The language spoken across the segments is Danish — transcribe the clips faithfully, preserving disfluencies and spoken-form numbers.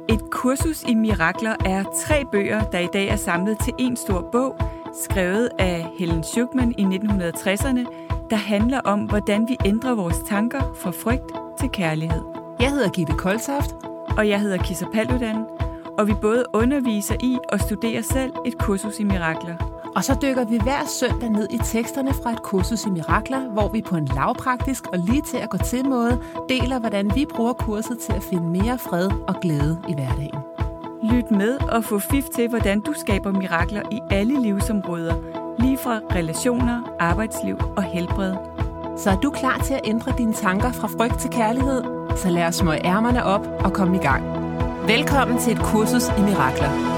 Et kursus i mirakler er tre bøger, der i dag er samlet til en stor bog, skrevet af Helen Schucman i nitten tresserne, der handler om, hvordan vi ændrer vores tanker fra frygt til kærlighed. Jeg hedder Gitte Koltoft. Og jeg hedder Kisser Paludan, og vi både underviser i og studerer selv et kursus i mirakler. Og så dykker vi hver søndag ned i teksterne fra et kursus i mirakler, hvor vi på en lavpraktisk og lige til at gå til måde deler, hvordan vi bruger kurset til at finde mere fred og glæde i hverdagen. Lyt med og få fif til, hvordan du skaber mirakler i alle livsområder, lige fra relationer, arbejdsliv og helbred. Så er du klar til at ændre dine tanker fra frygt til kærlighed? Så lad os smøge ærmerne op og komme i gang. Velkommen til et kursus i mirakler.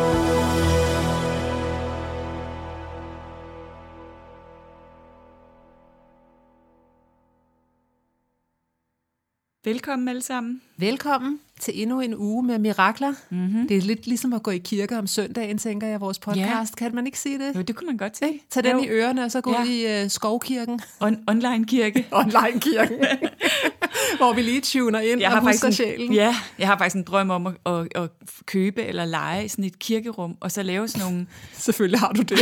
Velkommen alle sammen. Velkommen til endnu en uge med mirakler. Mm-hmm. Det er lidt ligesom at gå i kirke om søndagen, tænker jeg, vores podcast. Ja. Kan man ikke sige det? Jo, det kunne man godt sige. Tag den jo. i ørerne, og så gå Ja. ud i uh, skovkirken. On- online kirke. Online kirken. Hvor vi lige tuner ind jeg og har husker en, sjælen. Ja, jeg har faktisk en drøm om at, at, at købe eller leje sådan et kirkerum, og så lave sådan nogle... Selvfølgelig har du det.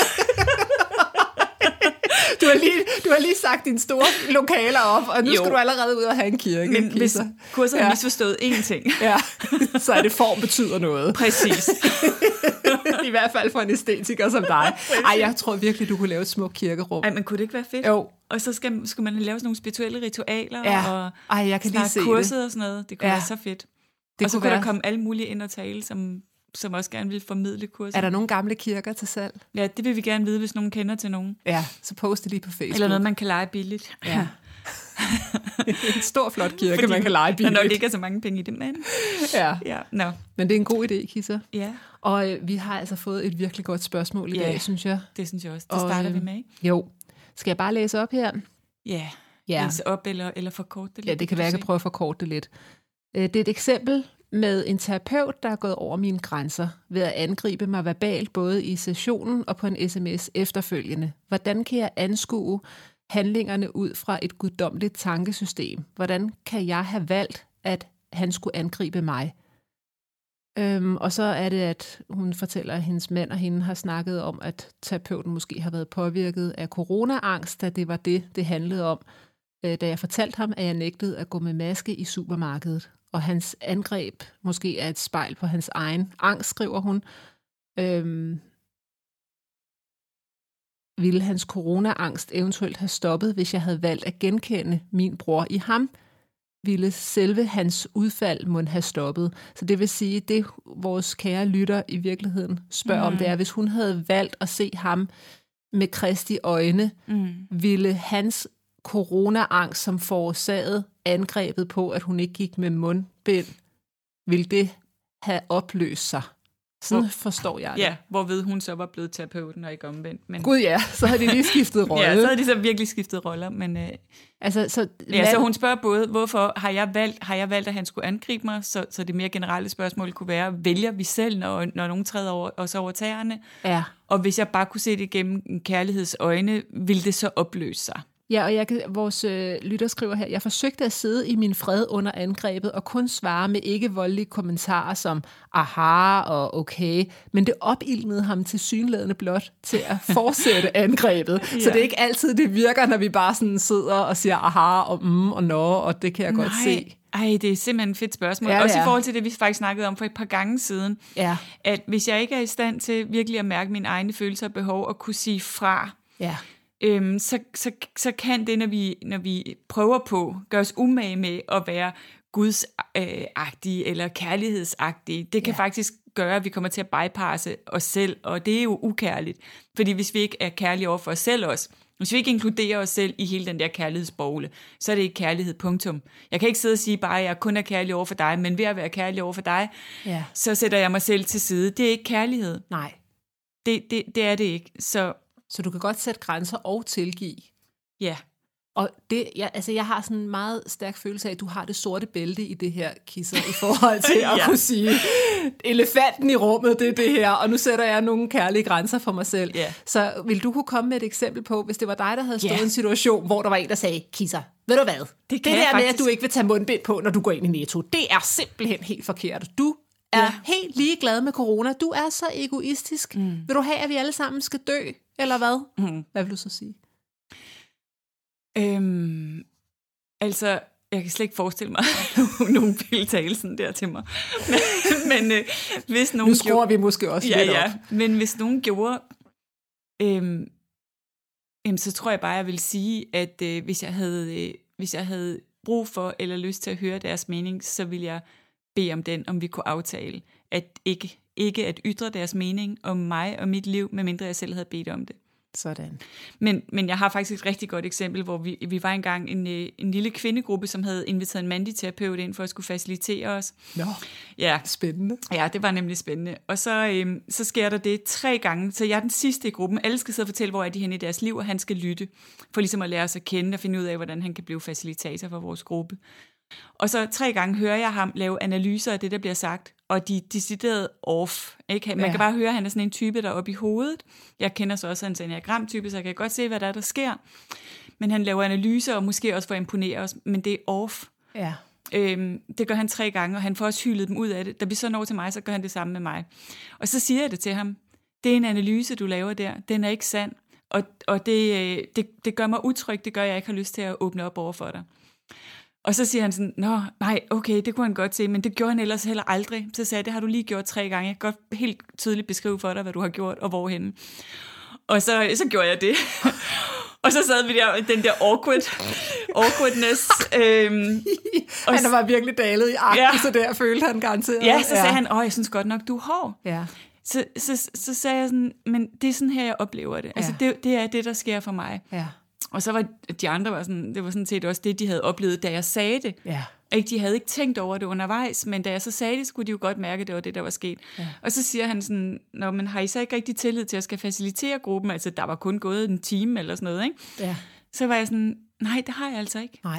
Du har, lige, du har lige sagt dine store lokaler op, og nu jo. skal du allerede ud og have en kirke. Men Kisser. Hvis kurset har ja. misforstået én ting, ja, så er det form betyder noget. Præcis. I hvert fald for en æstetiker som dig. Ej, jeg tror virkelig, du kunne lave et smukt kirkerum. Ej, men kunne det ikke være fedt? Jo. Og så skal, skulle man lave sådan nogle spirituelle ritualer, ja. og Ej, jeg kan lige se kurset det. og sådan noget. Det kunne ja. være så fedt. Det og så kunne kunne være... der komme alle mulige ind og tale, som... som også gerne vil formidle kurset. Er der nogle gamle kirker til salg? Ja, det vil vi gerne vide, hvis nogen kender til nogen. Ja, så post det lige på Facebook. Eller noget, man kan lege billigt. Ja. En stor, flot kirke, fordi man kan lege billigt. Der nok ikke er så mange penge i det, men... Ja. ja no. Men det er en god idé, Kisser. Ja. Og øh, vi har altså fået et virkelig godt spørgsmål i ja, dag, synes jeg. Det synes jeg også. Det starter og, vi med, ikke? Jo. Skal jeg bare læse op her? Ja. ja. Læse op eller, eller forkorte det lidt. Ja, det kan være, jeg kan prøve at forkorte det lidt. Det er et eksempel med en terapeut, der er gået over mine grænser ved at angribe mig verbalt, både i sessionen og på en sms efterfølgende. Hvordan kan jeg anskue handlingerne ud fra et guddommeligt tankesystem? Hvordan kan jeg have valgt, at han skulle angribe mig? Øhm, og så er det, at hun fortæller, at hendes mand og hende har snakket om, at terapeuten måske har været påvirket af coronaangst, da det var det, det handlede om. Øh, da jeg fortalte ham, at jeg nægtede at gå med maske i supermarkedet. Og hans angreb måske er et spejl på hans egen angst, skriver hun. Øhm, ville hans coronaangst eventuelt have stoppet, hvis jeg havde valgt at genkende min bror i ham? Ville selve hans udfald måtte have stoppet? Så det vil sige, det vores kære lytter i virkeligheden spørger mm. om, det er, hvis hun havde valgt at se ham med Kristi øjne, mm. ville hans coronaangst, som forårsagede angrebet på, at hun ikke gik med mundbind, vil det have opløst sig? Sådan hvor, forstår jeg det. Ja, hvorved hun så var blevet terapeuten og ikke omvendt. Men... Gud ja, så har de lige skiftet rolle. Ja, så har de så virkelig skiftet roller. Men, øh... altså, så, ja, land... så hun spørger både, hvorfor har jeg valgt, har jeg valgt at han skulle angribe mig? Så, så det mere generelle spørgsmål kunne være, vælger vi selv, når, når nogen træder over, os over tæerne? Ja. Og hvis jeg bare kunne se det gennem en kærligheds øjne, ville det så opløse sig? Ja, og jeg kan, vores øh, lytter skriver her, jeg forsøgte at sidde i min fred under angrebet og kun svare med ikke-voldelige kommentarer som aha og okay, men det opildnede ham til synlædende blot til at fortsætte angrebet. ja. Så det er ikke altid, det virker, når vi bare sådan sidder og siger aha og mm og nå, og det kan jeg Nej. godt se. Ej, det er simpelthen et fedt spørgsmål. Ja, også i forhold til det, vi faktisk snakkede om for et par gange siden. Ja. At hvis jeg ikke er i stand til virkelig at mærke mine egne følelser og behov og kunne sige fra, ja. Øhm, så, så, så kan det, når vi, når vi prøver på, gøre os umage med at være gudsagtige eller kærlighedsagtige, det kan ja. faktisk gøre, at vi kommer til at bypasse os selv, og det er jo ukærligt. Fordi hvis vi ikke er kærlige over for os selv også, hvis vi ikke inkluderer os selv i hele den der kærlighedsbogle, så er det ikke kærlighed, punktum. Jeg kan ikke sidde og sige bare, at jeg kun er kærlig over for dig, men ved at være kærlig over for dig, ja. så sætter jeg mig selv til side. Det er ikke kærlighed. Nej. Det, det, det er det ikke. Så Så du kan godt sætte grænser og tilgive. Ja. Og det, jeg, altså jeg har sådan en meget stærk følelse af, at du har det sorte bælte i det her, Kisser, i forhold til at ja. kunne sige, elefanten i rummet, det er det her, og nu sætter jeg nogle kærlige grænser for mig selv. Ja. Så vil du kunne komme med et eksempel på, hvis det var dig, der havde stået i ja. en situation, hvor der var en, der sagde, Kisser, ved du hvad? Det, det der faktisk... med, at du ikke vil tage mundbind på, når du går ind i Netto, det er simpelthen helt forkert. Du er Ja. helt ligeglad med corona. Du er så egoistisk. Mm. Vil du have, at vi alle sammen skal dø, eller hvad? Mm. Hvad vil du så sige? Øhm, altså, jeg kan slet ikke forestille mig, at nogen ville tale sådan der til mig. Men, men øh, hvis nogen nu skruer gjorde, vi måske også ja, lidt ja, op. Men hvis nogen gjorde, øhm, øhm, så tror jeg bare, jeg vil sige, at øh, hvis, jeg havde, øh, hvis jeg havde brug for eller lyst til at høre deres mening, så ville jeg bede om den, om vi kunne aftale, at ikke, ikke at ytre deres mening om mig og mit liv, medmindre jeg selv havde bedt om det. Sådan. Men, men jeg har faktisk et rigtig godt eksempel, hvor vi, vi var engang en, en lille kvindegruppe, som havde inviteret en mandlig terapeut ind for at skulle facilitere os. Nå, ja. Spændende. Ja, det var nemlig spændende. Og så, øhm, så sker der det tre gange, så jeg er den sidste i gruppen. Alle skal sidde og fortælle, hvor er de henne i deres liv, og han skal lytte, for ligesom at lære os at kende og finde ud af, hvordan han kan blive facilitator for vores gruppe. Og så tre gange hører jeg ham lave analyser af det, der bliver sagt, og de er decideret off. Ikke? Man ja. kan bare høre, at han er sådan en type, der er oppe i hovedet. Jeg kender så også hans enneagram-type, så jeg kan godt se, hvad der er, der sker. Men han laver analyser, og måske også for at imponere os, men det er off. Ja. Øhm, det gør han tre gange, og han får også hyldet dem ud af det. Da vi så når til mig, så gør han det samme med mig. Og så siger jeg det til ham. Det er en analyse, du laver der. Den er ikke sand. Og, og det, det, det gør mig utryg. Det gør, jeg ikke har lyst til at åbne op over for dig. Og så siger han sådan, nå, nej, okay, det kunne han godt se, men det gjorde han ellers heller aldrig. Så sagde jeg, det har du lige gjort tre gange. Jeg kan godt helt tydeligt beskrive for dig, hvad du har gjort, og hvorhenne. Og så, så gjorde jeg det. Og så sad vi der, den der awkward, awkwardness. Øhm, og han var virkelig dalet i arken, ja. Så der følte han garanteret. Ja, så sagde ja. han, åh, jeg synes godt nok, du er hård. Ja. Så, så, så sagde jeg sådan, men det er sådan her, jeg oplever det. Altså, ja. det, det er det, der sker for mig. Ja. Og så var de andre, var sådan, det var sådan set også det, de havde oplevet, da jeg sagde det. Ja. Ikke, de havde ikke tænkt over det undervejs, men da jeg så sagde det, skulle de jo godt mærke, at det var det, der var sket. Ja. Og så siger han sådan, nå, men har I så ikke rigtig tillid til, at jeg skal facilitere gruppen? Altså, der var kun gået en time eller sådan noget, ikke? Ja. Så var jeg sådan, nej, det har jeg altså ikke. Nej.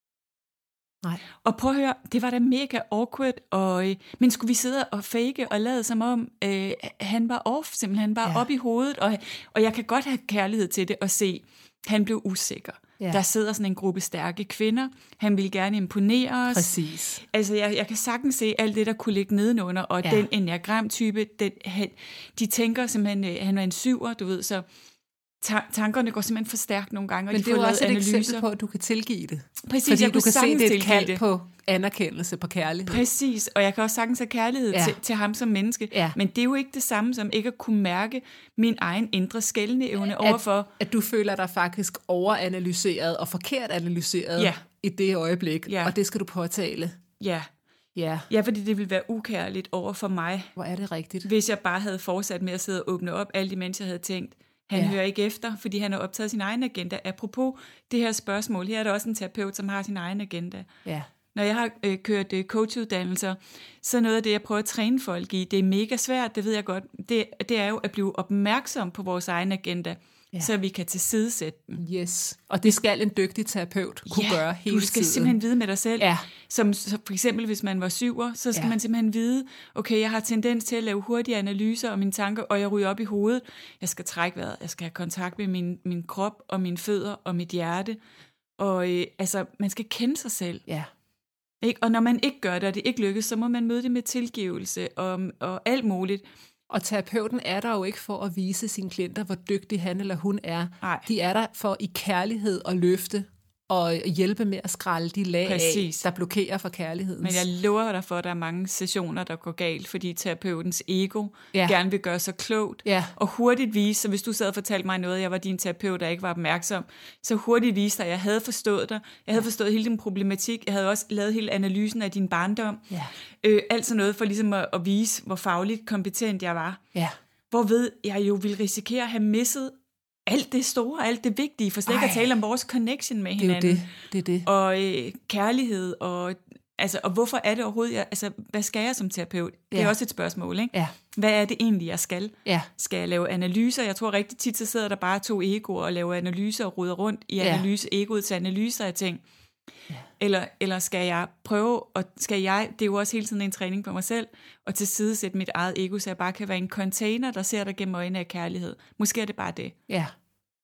Nej. Og prøv at høre, det var da mega awkward, og, øh, men skulle vi sidde og fake og lade som om, øh, han var off, simpelthen bare ja. op i hovedet, og, og jeg kan godt have kærlighed til det og se, han blev usikker. Ja. Der sidder sådan en gruppe stærke kvinder. Han ville gerne imponere os. Præcis. Altså, jeg, jeg kan sagtens se alt det, der kunne ligge nedenunder. Og ja. den enneagram-type, den, han, de tænker simpelthen, at han er en syver, du ved, så ta- tankerne går simpelthen for stærkt nogle gange. Og men de det er jo også et analyser. eksempel på, at du kan tilgive det. Præcis, fordi jeg du kan se, det er et kald det. på anerkendelse, på kærlighed. Præcis, og jeg kan også sagtens have kærlighed ja. til, til ham som menneske. Ja. Men det er jo ikke det samme som ikke at kunne mærke min egen indre skældende evne overfor. At du føler dig faktisk overanalyseret og forkert analyseret ja. i det øjeblik, ja. og det skal du påtale. Ja. Ja. ja, fordi det ville være ukærligt over for mig. Hvor er det rigtigt? Hvis jeg bare havde fortsat med at sidde og åbne op alle de mennesker, jeg havde tænkt, han ja. hører ikke efter, fordi han har optaget sin egen agenda. Apropos det her spørgsmål, her er der også en terapeut, som har sin egen agenda. Ja. Når jeg har øh, kørt øh, coachuddannelser, så noget af det, jeg prøver at træne folk i, det er mega svært, det ved jeg godt, det, det er jo at blive opmærksom på vores egen agenda, ja. så vi kan tilsidesætte den. Yes, og det skal en dygtig terapeut kunne ja, gøre hele tiden. Du skal tiden. simpelthen vide med dig selv. Ja. Som, så for eksempel, hvis man var syver, så skal ja. man simpelthen vide, okay, jeg har tendens til at lave hurtige analyser af mine tanker, og jeg ryger op i hovedet. Jeg skal trække vejret, jeg skal have kontakt med min, min krop og mine fødder og mit hjerte. Og øh, altså, man skal kende sig selv. Ja. Ikke? Og når man ikke gør det, og det ikke lykkes, så må man møde det med tilgivelse og, og alt muligt. Og terapeuten er der jo ikke for at vise sine klienter, hvor dygtig han eller hun er. Nej. De er der for i kærlighed at løfte og hjælpe med at skrælle de lag Præcis. af, der blokerer for kærligheden. Men jeg lover dig for, at der er mange sessioner, der går galt, fordi terapeutens ego ja. gerne vil gøre sig klogt, ja. og hurtigt vise, så hvis du sad og fortalte mig noget, jeg var din terapeut, der ikke var opmærksom, så hurtigt vise dig, at jeg havde forstået dig, jeg havde forstået hele din problematik, jeg havde også lavet hele analysen af din barndom, ja. øh, alt sådan noget for ligesom at, at vise, hvor fagligt kompetent jeg var. Ja. Hvorved jeg jo ville risikere at have misset alt det store, alt det vigtige, for slet ikke at tale om vores connection med hinanden. Det er det, det er det. Og øh, kærlighed, og, altså, og hvorfor er det overhovedet, jeg, altså, hvad skal jeg som terapeut? Det ja. er også et spørgsmål, ikke? Ja. Hvad er det egentlig, jeg skal? Ja. Skal jeg lave analyser? Jeg tror rigtig tit, så sidder der bare to egoer og laver analyser og ruder rundt i analyse, ja. egoet til analyser af ting. Ja. Eller, eller skal jeg prøve, og skal jeg, det er jo også hele tiden en træning for mig selv, at tilsidesætte mit eget ego, så jeg bare kan være en container, der ser dig gennem øjnene af kærlighed. Måske er det bare det. Ja.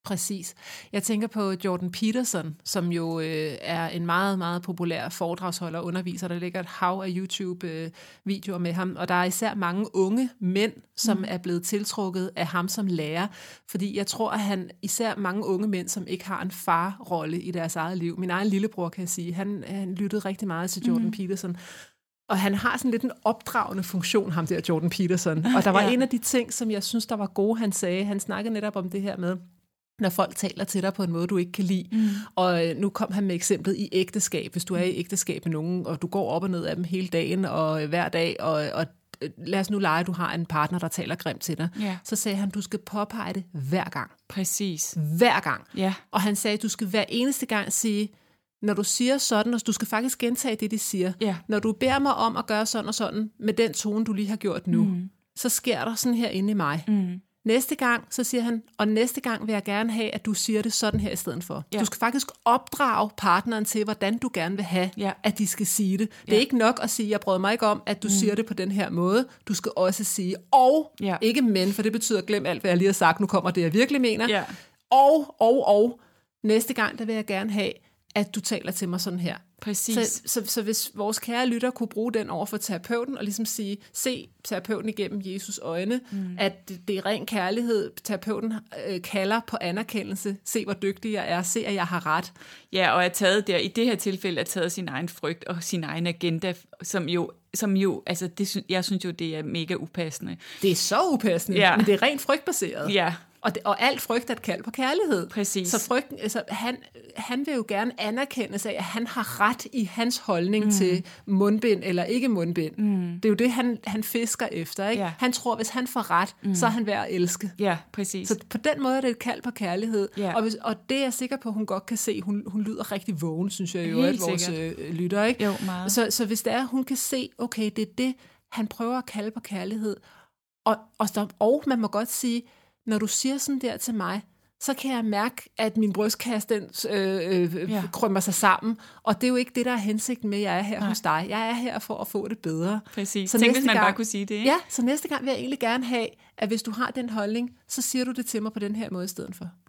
Præcis. Jeg tænker på Jordan Peterson, som jo øh, er en meget, meget populær foredragsholder og underviser. Der ligger et hav af YouTube-videoer med ham, og der er især mange unge mænd, som mm. er blevet tiltrukket af ham som lærer, fordi jeg tror, at han især mange unge mænd, som ikke har en farrolle i deres eget liv. Min egen lillebror, kan jeg sige, han, han lyttede rigtig meget til Jordan mm. Peterson, og han har sådan lidt en opdragende funktion, ham der Jordan Peterson. Og der var ja. en af de ting, som jeg synes, der var gode, han sagde. Han snakkede netop om det her med, når folk taler til dig på en måde, du ikke kan lide. Mm. Og nu kom han med eksemplet i ægteskab. Hvis du er i ægteskab med nogen, og du går op og ned af dem hele dagen og hver dag, og, og lad os nu lege, at du har en partner, der taler grimt til dig. Yeah. Så sagde han, du skal påpege det hver gang. Præcis. Hver gang. Yeah. Og han sagde, du skal hver eneste gang sige, når du siger sådan, og du skal faktisk gentage det, de siger. Yeah. Når du beder mig om at gøre sådan og sådan, med den tone, du lige har gjort nu, mm. så sker der sådan her inde i mig. Mm. Næste gang, så siger han, og næste gang vil jeg gerne have, at du siger det sådan her i stedet for. Ja. Du skal faktisk opdrage partneren til, hvordan du gerne vil have, ja. at de skal sige det. Det er ja. ikke nok at sige, jeg brød mig ikke om, at du mm. siger det på den her måde. Du skal også sige, og, ja. ikke men, for det betyder, glem alt, hvad jeg lige har sagt, nu kommer det, jeg virkelig mener. Ja. Og, og, og, næste gang, der vil jeg gerne have, at du taler til mig sådan her. Præcis. Så, så, så hvis vores kære lytter kunne bruge den over for terapeuten, og ligesom sige, se terapeuten igennem Jesus øjne, mm. at det, det er ren kærlighed, terapeuten øh, kalder på anerkendelse, se hvor dygtig jeg er, se at jeg har ret. Ja, og er taget der, i det her tilfælde er taget sin egen frygt og sin egen agenda, som jo, som jo altså det, jeg synes jo, det er mega upassende. Det er så upassende, ja. men det er rent frygtbaseret. Ja. Og, det, og alt frygt er et kald på kærlighed. Præcis. Så frygten, altså, han, han vil jo gerne anerkendes af, at han har ret i hans holdning mm. til mundbind eller ikke mundbind. Mm. Det er jo det, han, han fisker efter. Ikke? Ja. Han tror, hvis han får ret, mm. så er han værd at elske. Ja, præcis. Så på den måde er det et kald på kærlighed. Ja. Og, hvis, og det er jeg sikker på, at hun godt kan se. Hun, hun lyder rigtig vågen, synes jeg jo, at vores øh, lytter. Ikke? Jo, meget. Så, så hvis det er, hun kan se, okay, det er det, han prøver at kalde på kærlighed. Og, og, og man må godt sige, når du siger sådan der til mig, så kan jeg mærke, at min brystkasse den, øh, øh, ja. krymmer sig sammen. Og det er jo ikke det, der er hensigten med, at jeg er her Nej. hos dig. Jeg er her for at få det bedre. Præcis. Så Tænk, hvis man gang, bare kunne sige det, ikke? Ja, så næste gang vil jeg egentlig gerne have, at hvis du har den holdning, så siger du det til mig på den her måde i stedet for.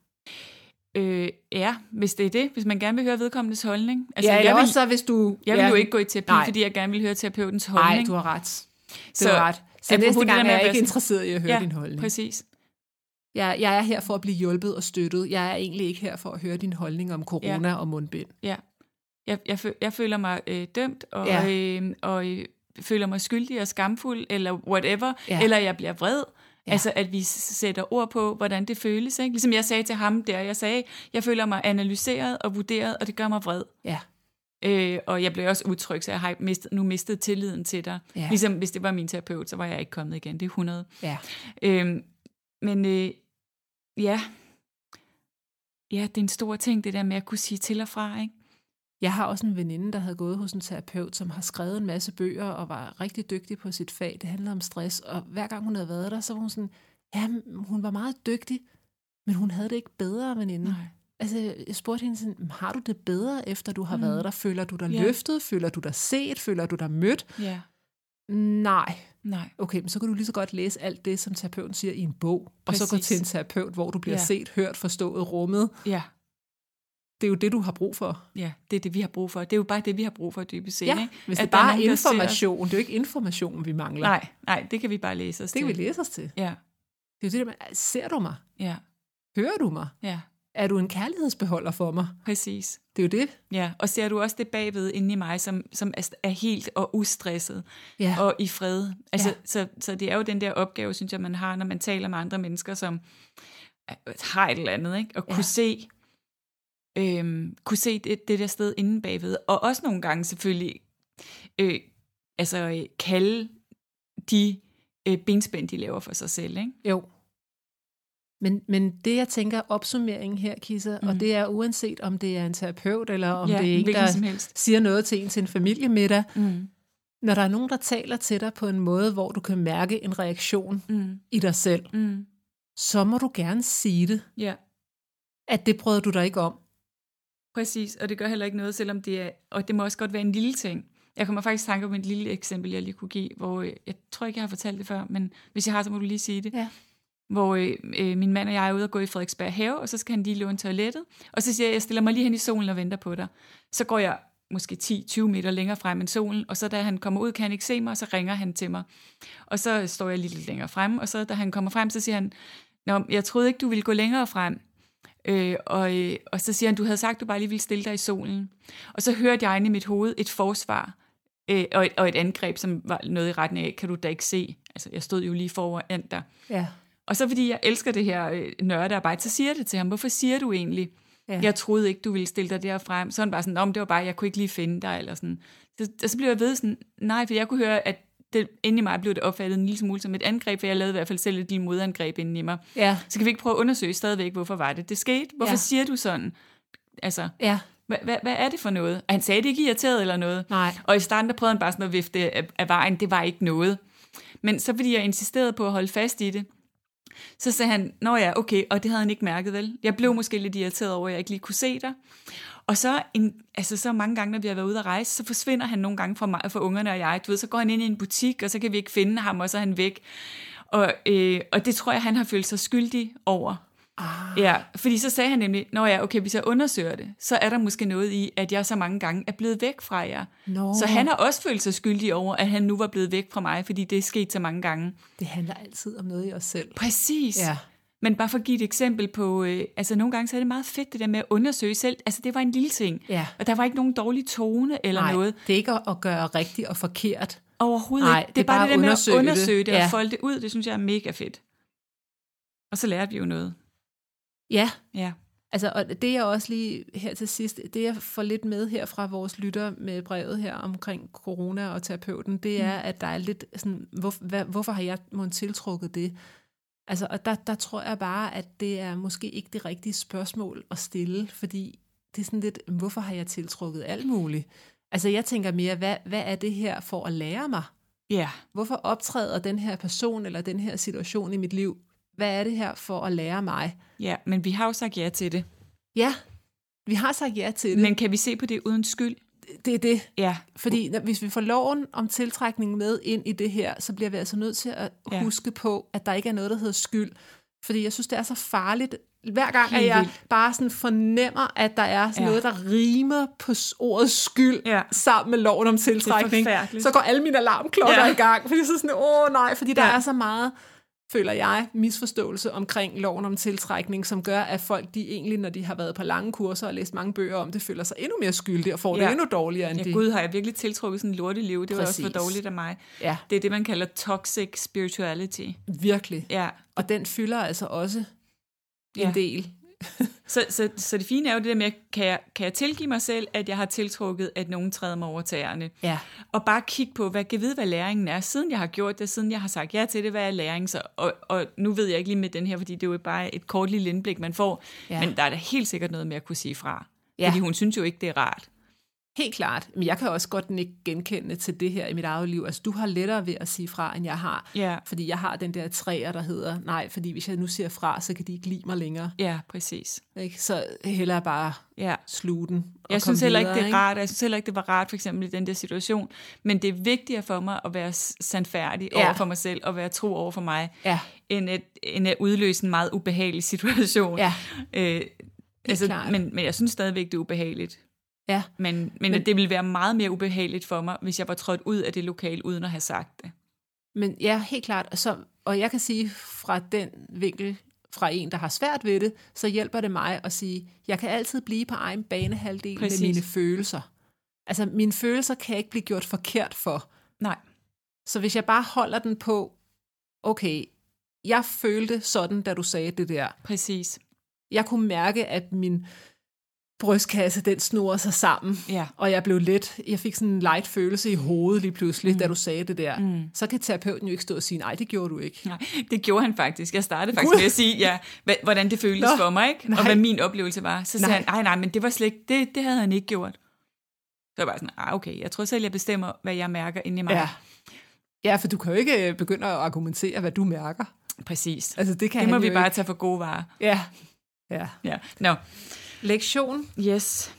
Øh, ja, hvis det er det. Hvis man gerne vil høre vedkommendes holdning. Altså, ja, jeg vil, også så, hvis du... Jeg vil ja. jo ikke gå i terapi, Nej. fordi jeg gerne vil høre terapeutens holdning. Nej, du har ret. Du så, har ret. Så næste gang er jeg ikke interesseret i at høre ja, din holdning. Præcis. Jeg, jeg er her for at blive hjulpet og støttet. Jeg er egentlig ikke her for at høre din holdning om corona ja. og mundbind. Ja, jeg, jeg, jeg føler mig øh, dømt, og, ja. øh, og øh, føler mig skyldig og skamfuld, eller whatever, ja. eller jeg bliver vred. Ja. Altså, at vi sætter ord på, hvordan det føles. Ikke? Ligesom jeg sagde til ham der, jeg sagde, jeg føler mig analyseret og vurderet, og det gør mig vred. Ja. Øh, og jeg blev også utryg, så jeg har mistet, nu mistet tilliden til dig. Ja. Ligesom hvis det var min terapeut, så var jeg ikke kommet igen. Det er hundrede. Ja. Øh, men øh, ja, ja, det er en stor ting, det der med at kunne sige til og fra, ikke? Jeg har også en veninde, der havde gået hos en terapeut, som har skrevet en masse bøger og var rigtig dygtig på sit fag. Det handler om stress, og hver gang hun havde været der, så var hun sådan, ja, hun var meget dygtig, men hun havde det ikke bedre, veninde. Nej. Altså, jeg spurgte hende sådan, har du det bedre, efter du har mm. været der? Føler du dig yeah. løftet? Føler du dig set? Føler du dig mødt? Ja. Yeah. Nej. Nej. Okay, men så kan du lige så godt læse alt det, som terapeuten siger i en bog, Præcis. og så gå til en terapeut, hvor du bliver ja. set, hørt, forstået, rummet. Ja. Det er jo det, du har brug for. Ja, det er det, vi har brug for. Det er jo bare det, vi har brug for dybest set. Ja, ikke? hvis at det bare er information. Det er jo ikke information, vi mangler. Nej, nej, det kan vi bare læse os det til. Det kan vi læse os til. Ja. Det er jo det der med, ser du mig? Ja. Hører du mig? Ja. Er du en kærlighedsbeholder for mig? Præcis. Det er jo det. Ja, og ser du også det bagved inde i mig, som, som er helt og ustresset ja. og i fred. Altså, ja. så, så det er jo den der opgave, synes jeg, man har, når man taler med andre mennesker, som har et eller andet, ikke? Og kunne ja. se, øhm, kunne se det, det der sted inde bagved. Og også nogle gange selvfølgelig øh, altså, kalde de øh, benspænd, de laver for sig selv, ikke? Jo. Men, men det, jeg tænker, opsummeringen her, Kissa, mm. og det er uanset, om det er en terapeut, eller om ja, det er en, der siger noget til en til en familiemiddag. Mm. Når der er nogen, der taler til dig på en måde, hvor du kan mærke en reaktion mm. i dig selv, mm. så må du gerne sige det. Ja. At det prøvede du dig ikke om. Præcis, og det gør heller ikke noget, selvom det er, og det må også godt være en lille ting. Jeg kommer faktisk tanke om et lille eksempel, jeg lige kunne give, hvor jeg tror ikke, jeg har fortalt det før, men hvis jeg har, så må du lige sige det. Ja. hvor øh, øh, min mand og jeg er ude og gå i Frederiksberg Have, og så skal han lige låne toilettet. Og så siger jeg, jeg stiller mig lige hen i solen og venter på dig. Så går jeg måske ti til tyve meter længere frem end solen, og så da han kommer ud, kan han ikke se mig, og så ringer han til mig. Og så står jeg lige lidt længere frem, og så da han kommer frem, så siger han, nå, jeg troede ikke, du ville gå længere frem. Øh, og, øh, og så siger han, du havde sagt, du bare lige ville stille dig i solen. Og så hørte jeg inde i mit hoved et forsvar, øh, og, et, og et angreb, som var noget i retning af, kan du da ikke se? Altså, jeg stod jo lige foran dig. Ja. Og så fordi jeg elsker det her øh, nørdearbejde, så siger jeg det til ham, hvorfor siger du egentlig, ja. Jeg troede ikke, du ville stille dig derfrem. Så han bare sådan, om det var bare, jeg kunne ikke lige finde dig, eller sådan. Så, og så blev jeg ved sådan, nej, for jeg kunne høre, at det, inde i mig blev det opfattet en lille smule som et angreb, for jeg lavede i hvert fald selv et lille modangreb inde i mig. Ja. Så kan vi ikke prøve at undersøge stadigvæk, hvorfor var det, det skete? Hvorfor ja. siger du sådan? Altså, ja. hvad, hvad, hvad er det for noget? Og han sagde det ikke irriteret eller noget. Nej. Og i starten, der prøvede han bare sådan at vifte af, af vejen, det var ikke noget. Men så fordi jeg insisterede på at holde fast i det, så sagde han, nå ja, okay, og det havde han ikke mærket, vel? Jeg blev måske lidt irriteret over, at jeg ikke lige kunne se dig. Og så, en, altså så mange gange, når vi har været ude at rejse, så forsvinder han nogle gange fra mig, fra ungerne og jeg. Du ved, så går han ind i en butik, og så kan vi ikke finde ham, og så er han væk. Og, øh, og det tror jeg, han har følt sig skyldig over. Ah. Ja, fordi så sagde han nemlig, nå ja, okay, hvis jeg undersøger det, så er der måske noget i, at jeg så mange gange er blevet væk fra jer. No. Så han har også følt sig skyldig over, at han nu var blevet væk fra mig, fordi det er sket så mange gange. Det handler altid om noget i os selv. Præcis. Ja. Men bare for at give et eksempel på, øh, altså nogle gange så er det meget fedt det der med at undersøge selv. Altså det var en lille ting, ja. Og der var ikke nogen dårlig tone eller Nej, noget. det er ikke at gøre rigtigt og forkert. Overhovedet Nej, ikke. Det, det er bare, bare det der med undersøge at undersøge det, det ja. og folde det ud. Det synes jeg er mega fedt. Og så lærte vi jo noget. Ja. Ja. Altså, og det er også lige her til sidst, det jeg får lidt med her fra vores lytter med brevet her omkring corona og terapeuten, det er, mm. at der er lidt sådan, hvor, hvad, hvorfor har jeg måttet tiltrukket det? Altså, og der, der tror jeg bare, at det er måske ikke det rigtige spørgsmål at stille, fordi det er sådan lidt, hvorfor har jeg tiltrukket alt muligt? Altså, jeg tænker mere, hvad, hvad er det her for at lære mig? Ja. Yeah. Hvorfor optræder den her person eller den her situation i mit liv? Hvad er det her for at lære mig? Ja, men vi har jo sagt ja til det. Ja, vi har sagt ja til det. Men kan vi se på det uden skyld? Det er det. Ja. Fordi når, hvis vi får loven om tiltrækning med ind i det her, så bliver vi altså nødt til at ja. huske på, at der ikke er noget, der hedder skyld. Fordi jeg synes, det er så farligt. Hver gang, at jeg bare sådan fornemmer, at der er sådan ja. noget, der rimer på ordet skyld, ja. sammen med loven om tiltrækning, så går alle mine alarmklokker ja. i gang. Fordi så sådan, åh nej, fordi der ja. er så meget, føler jeg, misforståelse omkring loven om tiltrækning, som gør, at folk, de egentlig, når de har været på lange kurser og læst mange bøger om det, føler sig endnu mere skyldige og får ja. det endnu dårligere end ja, de. Gud, har jeg virkelig tiltrukket sådan en lorteliv. Det var Præcis. også for dårligt af mig. Ja. Det er det, man kalder toxic spirituality. Virkelig. Ja. Og den fylder altså også en ja. del. så, så, så det fine er jo det der med, kan jeg, kan jeg tilgive mig selv, at jeg har tiltrukket, at nogen træder mig over tæerne. Ja. Og bare kigge på, hvad kan vide, hvad læringen er, siden jeg har gjort det, siden jeg har sagt ja til det, hvad er læring så? Og, og nu ved jeg ikke lige med den her, fordi det er jo bare et kort lille indblik, man får, ja. men der er da helt sikkert noget med at kunne sige fra. Ja. Fordi hun synes jo ikke, det er rart. Helt klart, men jeg kan også godt ikke genkende til det her i mit eget liv. Altså, du har lettere ved at sige fra, end jeg har. Ja. Fordi jeg har den der træer, der hedder, nej, fordi hvis jeg nu siger fra, så kan de ikke lide mig længere. Ja, præcis. Ikke? Så hellere bare ja. sluge den. Og jeg synes heller videre, ikke, det er ikke? rart. Jeg synes heller ikke, det var rart, for eksempel i den der situation. Men det er vigtigere for mig at være sandfærdig ja. over for mig selv, og være tro over for mig, ja. end, at, end at udløse en meget ubehagelig situation. Ja. Øh, altså, men, men jeg synes stadigvæk, det er ubehageligt. Ja. Men, men, men det ville være meget mere ubehageligt for mig, hvis jeg var trådt ud af det lokale, uden at have sagt det. Men ja, helt klart. Så, og jeg kan sige fra den vinkel, fra en, der har svært ved det, så hjælper det mig at sige, jeg kan altid blive på egen banehalvdel Præcis. med mine følelser. Altså, mine følelser kan ikke blive gjort forkert for. Nej. Så hvis jeg bare holder den på, okay, jeg følte sådan, da du sagde det der. Præcis. Jeg kunne mærke, at min brystkasse, den snurrede sig sammen, ja. og jeg blev let, jeg fik sådan en light følelse i hovedet lige pludselig, mm. da du sagde det der. Mm. Så kan terapeuten jo ikke stå og sige, nej, det gjorde du ikke. Nej, det gjorde han faktisk. Jeg startede faktisk med at sige, ja, hvordan det føltes Nå, for mig, ikke? og hvad min oplevelse var. Så sagde han, nej, nej, men det var slet ikke, det, det havde han ikke gjort. Så var jeg bare sådan, ah, okay, jeg tror selv, jeg bestemmer, hvad jeg mærker inde i mig. Ja. ja, for du kan jo ikke begynde at argumentere, hvad du mærker. Præcis. Altså, det kan det må vi bare ikke. tage for gode varer. Ja. Ja. ja. No. Lektion. Yes.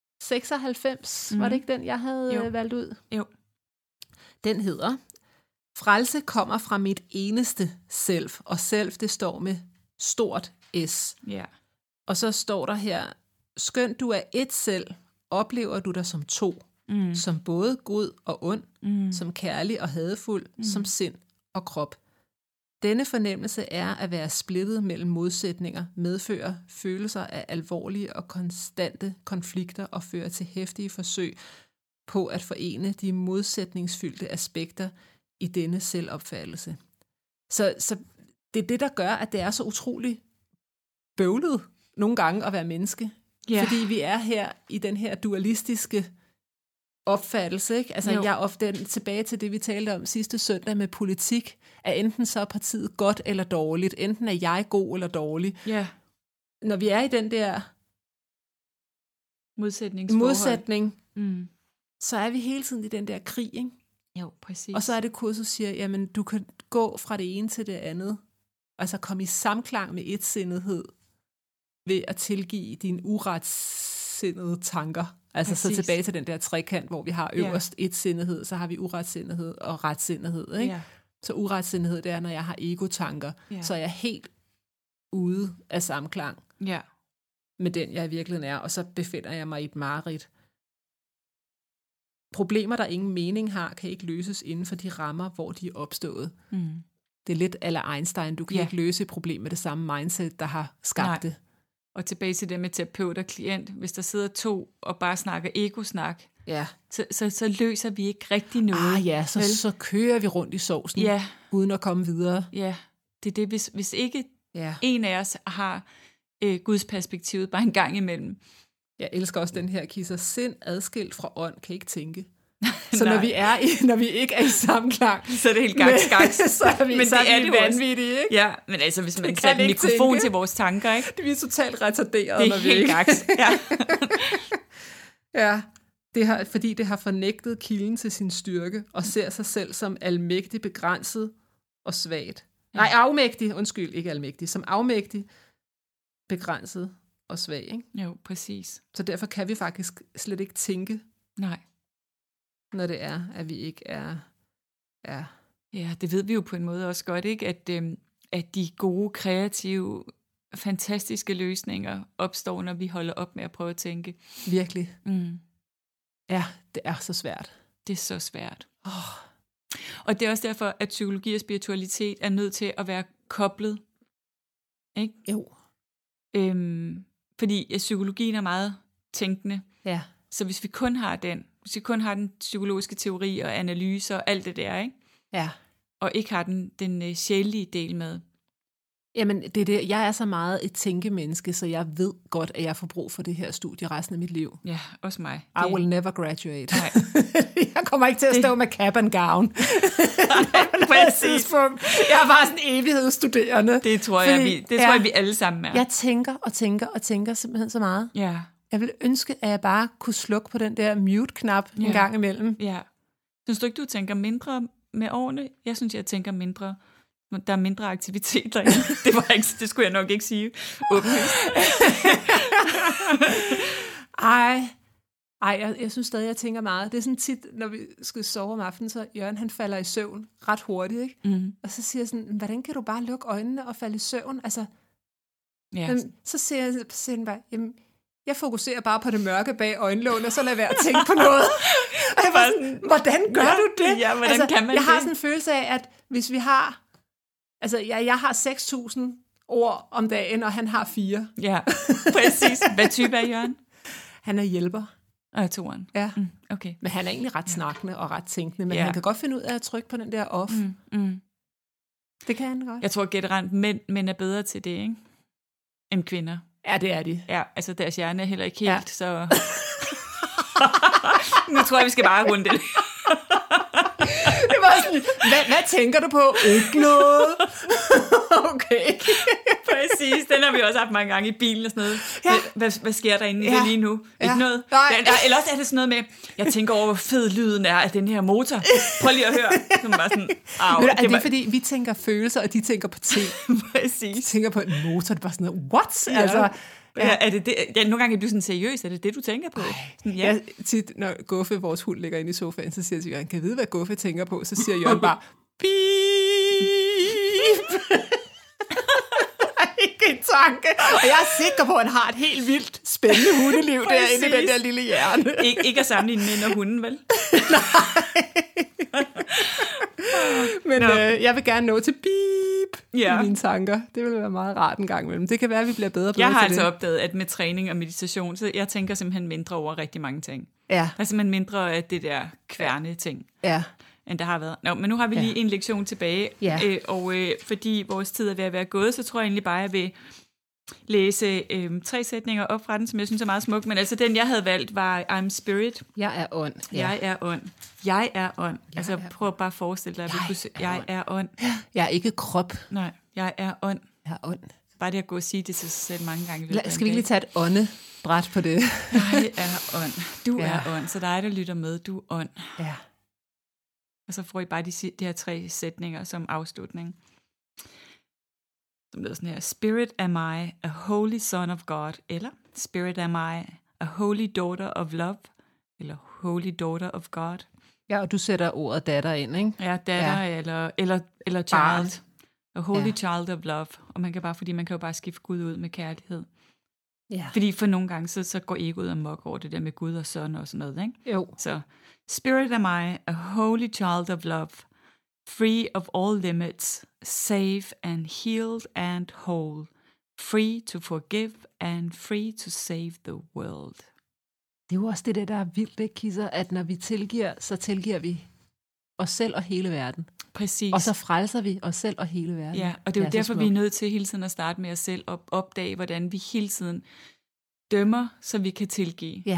seksoghalvfems, mm. var det ikke den, jeg havde jo. valgt ud? Jo. Den hedder, Frelse kommer fra mit eneste selv, og selv det står med stort S. Ja. Og så står der her, skønt du er et selv, oplever du dig som to, mm. som både god og ond, mm. som kærlig og hadefuld, mm. som sind og krop. Denne fornemmelse er at være splittet mellem modsætninger, medfører følelser af alvorlige og konstante konflikter og fører til heftige forsøg på at forene de modsætningsfyldte aspekter i denne selvopfattelse. Så, så det er det, der gør, at det er så utroligt bøvlet nogle gange at være menneske. Yeah. Fordi vi er her i den her dualistiske opfattelse. Ikke? Altså, jeg er ofte tilbage til det, vi talte om sidste søndag med politik, at enten så er partiet godt eller dårligt. Enten er jeg god eller dårlig. Yeah. Når vi er i den der modsætning, mm. så er vi hele tiden i den der krig, ikke? Jo, præcis. Og så er det kursus siger, jamen du kan gå fra det ene til det andet, altså komme i samklang med etsindighed ved at tilgive dine uretssindede tanker. Altså præcis. Så tilbage til den der trekant, hvor vi har øverst yeah. etsindighed, så har vi uretsindighed og retsindighed. Ikke? Yeah. Så uretsindighed, det er, når jeg har egotanker, yeah. så er jeg helt ude af samklang yeah. med den, jeg i virkeligheden er, og så befinder jeg mig i et mareridt. Problemer, der ingen mening har, kan ikke løses inden for de rammer, hvor de er opstået. Mm. Det er lidt a la Einstein. Du kan yeah. ikke løse et problem med det samme mindset, der har skabt Nej. det. Og tilbage til det med terapeut og klient. Hvis der sidder to og bare snakker ego-snak, ja. så, så, så løser vi ikke rigtig noget. Ah ja, så, så kører vi rundt i sovsen, ja. uden at komme videre. Ja, det er det. Hvis, hvis ikke ja. en af os har øh, Guds perspektivet bare en gang imellem. Jeg elsker også den her kisser. Sind adskilt fra ånd kan ikke tænke. Så når vi, er i, når vi ikke er i samklang, så er det helt gaks, gaks. så er vi, men så er vi vanvittige, ikke? Ja, men altså, hvis man sætter en mikrofon tænke. til vores tanker, ikke? Det er totalt retarderet, det er når vi helt ikke. gaks. Ja, ja det har, fordi det har fornægtet kilden til sin styrke, og ser sig selv som almægtig, begrænset og svagt. Ja. Nej, afmægtig, undskyld, ikke almægtig, som afmægtig, begrænset og svag, ikke? Jo, præcis. Så derfor kan vi faktisk slet ikke tænke. Nej. Når det er, at vi ikke er... Ja, ja det ved vi jo på en måde også godt, ikke? At, øhm, at de gode, kreative, fantastiske løsninger opstår, når vi holder op med at prøve at tænke. Virkelig. Mm. Ja, det er så svært. Det er så svært. Oh. Og det er også derfor, at psykologi og spiritualitet er nødt til at være koblet. Ikke? Jo. Øhm, fordi ja, psykologien er meget tænkende. Ja. Så hvis vi kun har den, hvis vi kun har den psykologiske teori og analyse og alt det der, ikke? Ja. Og ikke har den, den uh, sjælelige del med. Jamen, det er det. Jeg er så meget et tænkemenneske, så jeg ved godt, at jeg får brug for det her studie resten af mit liv. Ja, også mig. I det... will never graduate. Nej. Jeg kommer ikke til at stå det... med cap and gown. Præcis. Jeg er bare sådan en evighedsstuderende. Det tror jeg, Fordi, vi, det tror ja, jeg, vi alle sammen er. Jeg tænker og tænker og tænker simpelthen så meget. Ja. Jeg ville ønske, at jeg bare kunne slukke på den der mute-knap ja. en gang imellem. Ja. Synes du ikke, du tænker mindre med årene? Jeg synes, jeg tænker mindre. Der er mindre aktivitet derinde. Det, var ikke, det skulle jeg nok ikke sige åbenlyst. Ej, Ej jeg, jeg synes stadig, jeg tænker meget. Det er sådan tit, når vi skal sove om aftenen, så Jørgen han falder i søvn ret hurtigt. Ikke? Mm. Og så siger jeg sådan, hvordan kan du bare lukke øjnene og falde i søvn? Altså, ja. jamen, så siger jeg, siger jeg bare, jamen, jeg fokuserer bare på det mørke bag øjenlågene, og så lader jeg være at tænke på noget. Og jeg var sådan, hvordan gør ja, du det? Ja, hvordan altså, kan man jeg det? har sådan en følelse af, at hvis vi har, altså jeg, jeg har seks tusind ord om dagen, og han har fire. Ja, præcis. Hvad type er Jørgen? Han er hjælper. Og toeren. Ja. Mm, okay. Men han er egentlig ret snakkende og ret tænkende, men ja. han kan godt finde ud af at trykke på den der off. Mm, mm. Det kan han godt. Jeg tror generelt, mænd, mænd er bedre til det, ikke? End kvinder. Ja, det er de. Ja, altså deres hjerne er heller ikke helt, ja. så... Nu tror jeg, vi skal bare runde det. Det var sådan, hvad, hvad tænker du på? Ikke noget. Okay. Præcis, den har vi også haft mange gange i bilen og sådan noget. Ja. Hvad, hvad sker der inde i ja. det lige nu? Ja. Ikke noget? Nej. Eller også er det sådan noget med, jeg tænker over, hvor fed lyden er af den her motor. Prøv lige at høre. Så man bare sådan, au, det, er det var... fordi, vi tænker følelser, og de tænker på ting. Præcis. De tænker på en motor, det er bare sådan noget, what? Ja. Altså... Ja. Ja, er det det? Ja, nogle gange er du sådan seriøs, er det det, du tænker på? Sådan, ja. Ja, tit, når Guffe, vores hund, ligger inde i sofaen, så siger jeg til Jørgen, kan jeg vide, hvad Guffe tænker på? Så siger Jørgen bare, Beep! Ikke en tanke. Og jeg er sikker på, at han har et helt vildt spændende hundeliv derinde i den der lille hjerne. Ik- ikke at sammenligne med og hunden, vel? Men øh, jeg vil gerne nå til beep Ja. i mine tanker. Det vil være meget rart en gang imellem. Det kan være, at vi bliver bedre og bedre Jeg har til altså det. opdaget, at med træning og meditation, så jeg tænker simpelthen mindre over rigtig mange ting. Ja, Der er simpelthen mindre af det der kværne ting, ja. end der har været. Nå, men nu har vi lige Ja. en lektion tilbage, Ja. øh, og øh, fordi vores tid er ved at være gået, så tror jeg egentlig bare, at jeg vil læse øh, tre sætninger op fra den, som jeg synes er meget smuk. Men altså den, jeg havde valgt, var I'm Spirit. Jeg er ånd. Ja. Jeg er ånd. Jeg er ånd. Jeg Altså er prøv bare at forestille dig, at vi Jeg kunne se, er jeg ånd. er ånd. Jeg er ikke krop. Nej, jeg er ånd. Jeg er ånd. Bare det at gå og sige det til sig selv mange gange. i løbet af Lad, en skal vi ikke lige dag. tage et åndebræt på det? Jeg er ånd. Du Ja. er ånd. Så dig, der lytter med, du er ånd. Ja. Og så får I bare de, si- de her tre sætninger som afslutning. Som lyder sådan her. Spirit am I, a holy son of God. Eller Spirit am I, a holy daughter of love. Eller holy daughter of God. Ja, og du sætter ordet datter ind, ikke? Ja, datter Ja. eller, eller, eller Barn. child. A holy Ja. child of love. Og man kan bare, fordi man kan jo bare skifte Gud ud med kærlighed. Ja. Fordi for nogle gange, så, så går egoet amok over det der med Gud og søn og sådan noget, ikke? Jo. Så, Spirit am I, a holy child of love, free of all limits, safe and healed and whole, free to forgive and free to save the world. Det er jo også det der, der er vildt, ikke, Kisser? At når vi tilgiver, så tilgiver vi os selv og hele verden. Præcis. Og så frelser vi os selv og hele verden. Ja, og det er jo så derfor, vi smukt. er nødt til hele tiden at starte med os selv og opdage, hvordan vi hele tiden dømmer, så vi kan tilgive. Ja.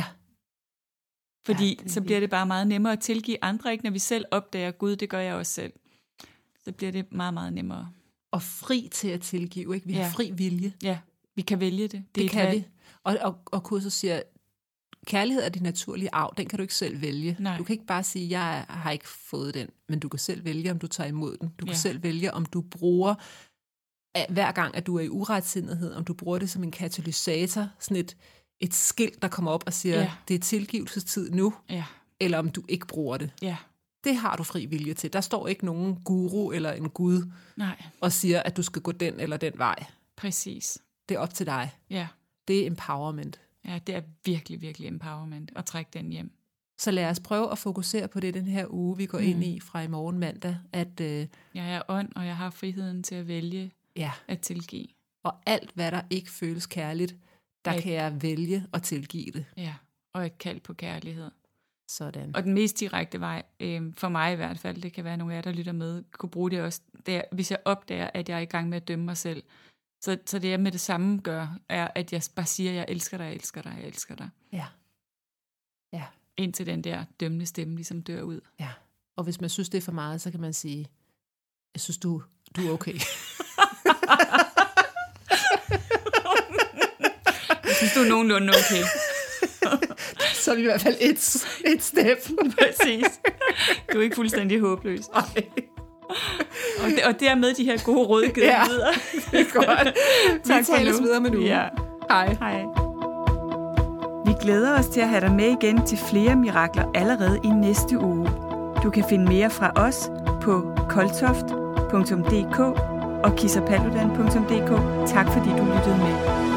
Fordi Ja, det er så bliver det bare meget nemmere at tilgive andre, ikke? Når vi selv opdager, Gud, det gør jeg også selv. Så bliver det meget, meget nemmere. Og fri til at tilgive, ikke? Vi har Ja. fri vilje. Ja, vi kan vælge det. Det, Det, er det et kan valg. vi. Og, og, og kurset siger, kærlighed er din naturlige arv, den kan du ikke selv vælge. Nej. Du kan ikke bare sige, jeg har ikke fået den, men du kan selv vælge, om du tager imod den. Du kan Ja. selv vælge, om du bruger, at hver gang, at du er i uretsindighed, om du bruger det som en katalysator, sådan et, et skilt, der kommer op og siger, Ja. det er tilgivelsestid nu, Ja, eller om du ikke bruger det. ja, Det har du fri vilje til. Der står ikke nogen guru eller en gud nej, og siger, at du skal gå den eller den vej. præcis. Det er op til dig. Ja, Det er empowerment. ja, det er virkelig, virkelig empowerment at trække den hjem. Så lad os prøve at fokusere på det den her uge, vi går mm. ind i fra i morgen mandag, at øh, Jeg er ånd, og jeg har friheden til at vælge ja, at tilgive. og alt hvad der ikke føles kærligt, der Ej. kan jeg vælge at tilgive det. Ja, og et kald på kærlighed. Sådan. Og den mest direkte vej, øh, for mig i hvert fald, det kan være nogle af jer, der lytter med, kunne bruge det også, det er, hvis jeg opdager, at jeg er i gang med at dømme mig selv. Så, så det jeg med det samme gør, er, at jeg bare siger, at jeg elsker dig, jeg elsker dig, jeg elsker dig. Ja. Ja. Indtil den der dømmende stemme ligesom dør ud. Ja. Og hvis man synes, det er for meget, så kan man sige, jeg synes, du, du er okay. Jeg synes, du er nogenlunde okay. Så er vi i hvert fald et, et step. Præcis. Du er ikke fuldstændig håbløs. Og, det, og dermed de her gode råd givet Ja. videre. Det er godt. Vi Tak for tales nu. videre med nu. Ja. Hej. Hej. Vi glæder os til at have dig med igen til flere mirakler allerede i næste uge. Du kan finde mere fra os på koltoft punktum d k og kissapaludan punktum d k. Tak fordi du lyttede med.